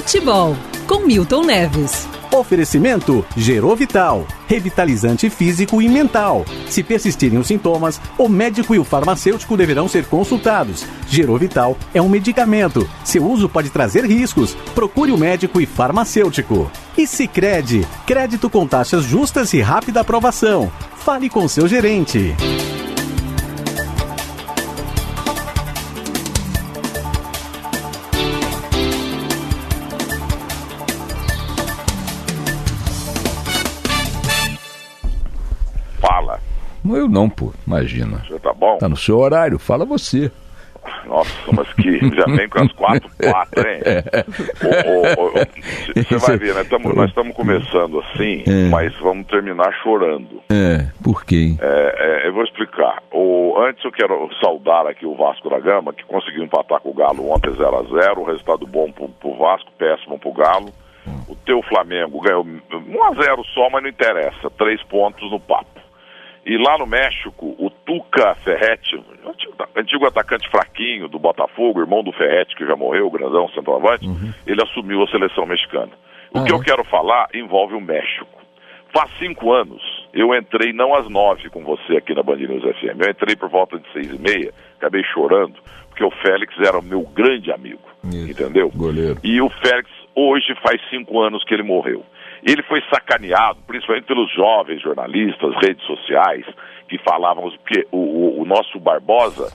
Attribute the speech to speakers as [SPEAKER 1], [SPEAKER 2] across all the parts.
[SPEAKER 1] Futebol, com Milton Neves.
[SPEAKER 2] Oferecimento Gerovital, revitalizante físico e mental. Se persistirem os sintomas, o médico e o farmacêutico deverão ser consultados. Gerovital é um medicamento. Seu uso pode trazer riscos. Procure o médico e farmacêutico. E Sicredi, crédito com taxas justas e rápida aprovação. Fale com seu gerente.
[SPEAKER 3] Eu não, pô, imagina.
[SPEAKER 4] Você tá bom?
[SPEAKER 3] Tá no seu horário, fala você.
[SPEAKER 4] Nossa, mas que já vem com as 4, hein? Você vai ver, né? Nós estamos começando assim, mas vamos terminar chorando.
[SPEAKER 3] Por quê?
[SPEAKER 4] Eu vou explicar. Antes eu quero saudar aqui o Vasco da Gama, que conseguiu empatar com o Galo ontem 0-0, resultado bom pro Vasco, péssimo pro Galo. O teu Flamengo ganhou 1-0 só, mas não interessa, 3 pontos no papo. E lá no México, o Tuca Ferretti, antigo atacante fraquinho do Botafogo, irmão do Ferretti, que já morreu, o grandão centroavante, ele assumiu a seleção mexicana. O que eu quero falar envolve o México. Faz 5 anos, eu entrei não às 9 com você aqui na Band News FM, eu entrei por volta de 6h30, acabei chorando, porque o Félix era o meu grande amigo, entendeu?
[SPEAKER 3] Goleiro.
[SPEAKER 4] E o Félix hoje faz 5 anos que ele morreu. Ele foi sacaneado, principalmente pelos jovens jornalistas, redes sociais, que falavam, porque o nosso Barbosa,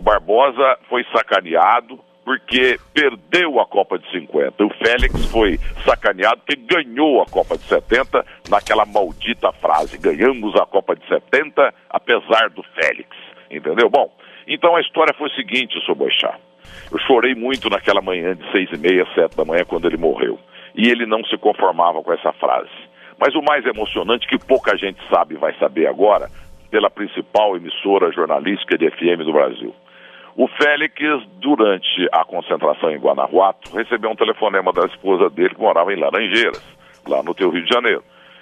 [SPEAKER 4] foi sacaneado porque perdeu a Copa de 50. O Félix foi sacaneado porque ganhou a Copa de 70, naquela maldita frase, ganhamos a Copa de 70, apesar do Félix, entendeu? Bom, então a história foi o seguinte, Sr. Boixá. Eu chorei muito naquela manhã de 6h30, 7 da manhã, quando ele morreu. E ele não se conformava com essa frase. Mas o mais emocionante, que pouca gente sabe e vai saber agora, pela principal emissora jornalística de FM do Brasil. O Félix, durante a concentração em Guanajuato, recebeu um telefonema da esposa dele, que morava em Laranjeiras, lá no teu Rio de Janeiro.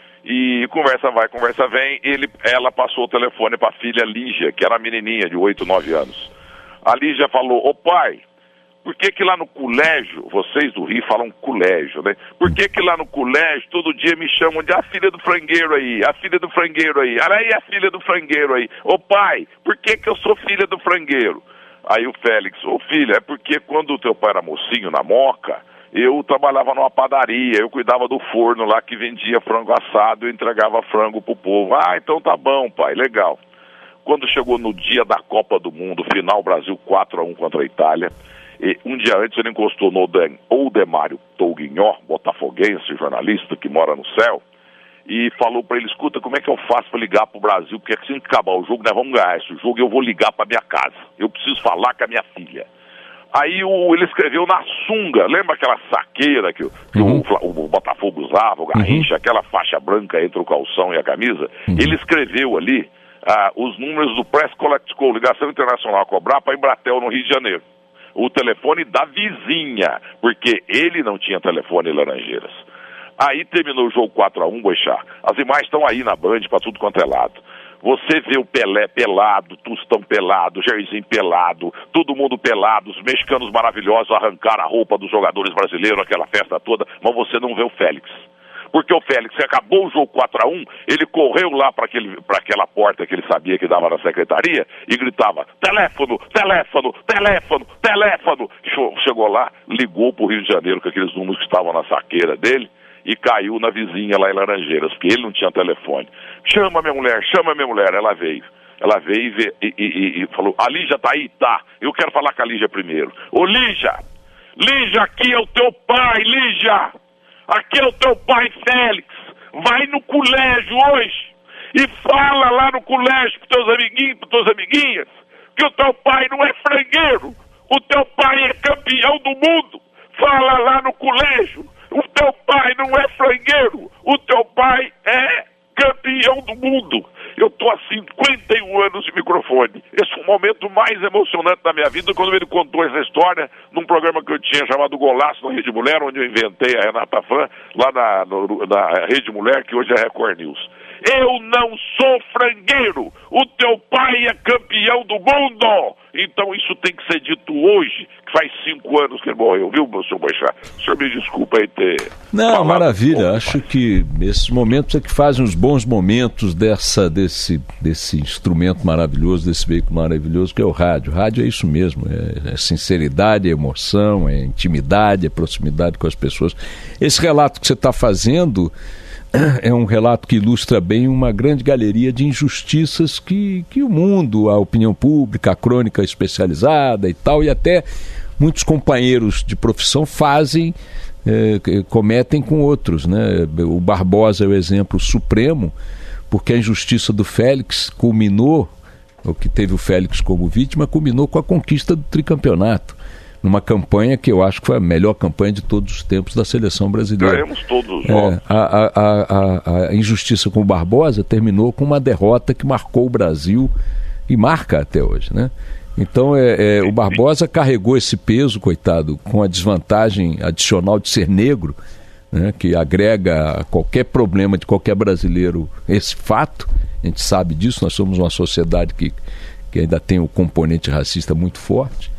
[SPEAKER 4] E conversa vai, conversa vem, ela passou o telefone para a filha Lígia, que era a menininha de 8, 9 anos. A Lígia falou, ô pai, por que lá no colégio, vocês do Rio falam colégio, né? Por que lá no colégio todo dia me chamam de a filha do frangueiro aí, a filha do frangueiro aí, olha aí a filha do frangueiro aí. Ô pai, por que eu sou filha do frangueiro? Aí o Félix, ô filha, é porque quando o teu pai era mocinho na Moca, eu trabalhava numa padaria, eu cuidava do forno lá que vendia frango assado e entregava frango pro povo. Ah, então tá bom pai, legal. Quando chegou no dia da Copa do Mundo, final Brasil 4-1 contra a Itália, e um dia antes ele encostou no Oldemário Touguinhó, botafoguense, jornalista que mora no céu, e falou para ele, escuta, como é que eu faço para ligar pro Brasil, porque assim que acabar o jogo, nós vamos ganhar esse jogo e eu vou ligar para minha casa, eu preciso falar com a minha filha. Aí ele escreveu na sunga, lembra aquela saqueira que o Botafogo usava, o Garrincha, aquela faixa branca entre o calção e a camisa? Ele escreveu ali os números do Press Collect Call, ligação internacional a cobrar para a Embratel no Rio de Janeiro. O telefone da vizinha, porque ele não tinha telefone em Laranjeiras. Aí terminou o jogo 4-1, Boixá. As imagens estão aí na Band para tudo quanto é lado. Você vê o Pelé pelado, Tostão pelado, Jairzinho pelado, todo mundo pelado, os mexicanos maravilhosos arrancaram a roupa dos jogadores brasileiros, aquela festa toda, mas você não vê o Félix. Porque o Félix, acabou o jogo 4-1, ele correu lá para aquela porta que ele sabia que dava na secretaria e gritava, teléfono, teléfono, teléfono, teléfono. Chegou lá, ligou para o Rio de Janeiro com aqueles números que estavam na saqueira dele e caiu na vizinha lá em Laranjeiras, porque ele não tinha telefone. Chama minha mulher, ela veio. Ela veio e falou, a Lígia tá aí? Tá. Eu quero falar com a Lígia primeiro. Ô Lígia, aqui é o teu pai, Lígia. Aqui é o teu pai, Félix. Vai no colégio hoje e fala lá no colégio pros teus amiguinhos, pros tuas amiguinhas, que o teu pai não é frangueiro. O teu pai é campeão do mundo. Fala lá no colégio. O teu pai não é frangueiro. O teu pai é campeão do mundo. Eu estou há 51 anos de microfone. Esse foi o momento mais emocionante da minha vida quando ele contou essa história num programa que eu tinha chamado Golaço na Rede Mulher, onde eu inventei a Renata Fã, lá na Rede Mulher, que hoje é Record News. Eu não sou frangueiro. O teu pai é campeão do mundo. Então isso tem que ser dito hoje, que faz 5 anos que ele morreu, viu, meu senhor Boixá? O senhor me desculpa aí ter...
[SPEAKER 3] Não, maravilha. Acho que esses momentos é que fazem os bons momentos desse instrumento maravilhoso, desse veículo maravilhoso que é o rádio. O rádio é isso mesmo, é sinceridade, é emoção, é intimidade, é proximidade com as pessoas. Esse relato que você está fazendo é um relato que ilustra bem uma grande galeria de injustiças que o mundo, a opinião pública, a crônica especializada e tal, e até muitos companheiros de profissão cometem com outros, né? O Barbosa é o exemplo supremo, porque a injustiça do Félix culminou, o que teve o Félix como vítima, culminou com a conquista do tricampeonato, numa campanha que eu acho que foi a melhor campanha de todos os tempos da seleção brasileira.
[SPEAKER 4] Ganhamos todos os jogos.
[SPEAKER 3] A injustiça com o Barbosa terminou com uma derrota que marcou o Brasil e marca até hoje, né? Então o Barbosa carregou esse peso, coitado, com a desvantagem adicional de ser negro, né, que agrega a qualquer problema de qualquer brasileiro esse fato. A gente sabe disso, nós somos uma sociedade que ainda tem o componente racista muito forte.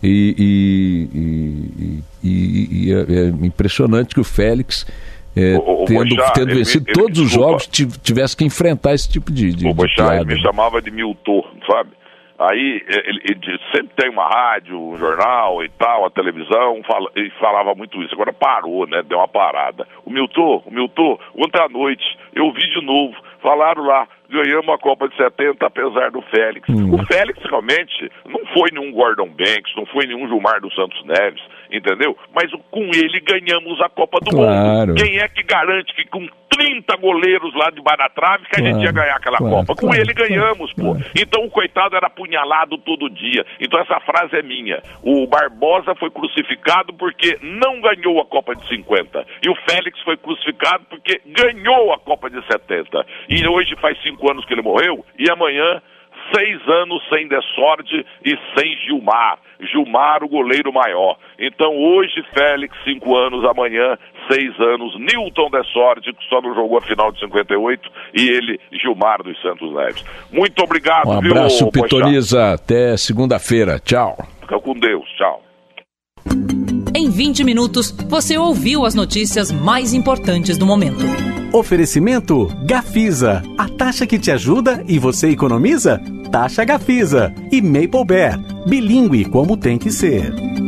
[SPEAKER 3] E é impressionante que o Félix, tendo vencido todos os jogos, tivesse que enfrentar esse tipo de piada.
[SPEAKER 4] Ele me chamava de Milton, sabe? Aí ele sempre tem uma rádio, um jornal e tal, a televisão, e falava muito isso. Agora parou, né? Deu uma parada. O Milton, ontem à noite, eu vi de novo, falaram lá, ganhamos a Copa de 70, apesar do Félix. O Félix realmente não foi nenhum Gordon Banks, não foi nenhum Gilmar dos Santos Neves, entendeu? Mas com ele ganhamos a Copa do Mundo. Quem é que garante que com 30 goleiros lá debaixo da trave que a gente ia ganhar aquela Copa? Com ele ganhamos, pô. Então o coitado era apunhalado todo dia. Então essa frase é minha. O Barbosa foi crucificado porque não ganhou a Copa de 50. E o Félix foi crucificado porque ganhou a Copa de 70. E hoje faz 5 anos que ele morreu, e amanhã 6 anos sem Dessorte e sem Gilmar. Gilmar, o goleiro maior. Então hoje Félix, 5 anos, amanhã 6 anos, Newton Dessorte, que só não jogou a final de 58, e ele, Gilmar dos Santos Neves. Muito obrigado,
[SPEAKER 3] um abraço, Pitoniza, até segunda-feira, tchau.
[SPEAKER 4] Fica com Deus, tchau.
[SPEAKER 1] Em 20 minutos, você ouviu as notícias mais importantes do momento.
[SPEAKER 2] Oferecimento Gafisa, a taxa que te ajuda e você economiza? Taxa Gafisa. E Maple Bear, bilíngue como tem que ser.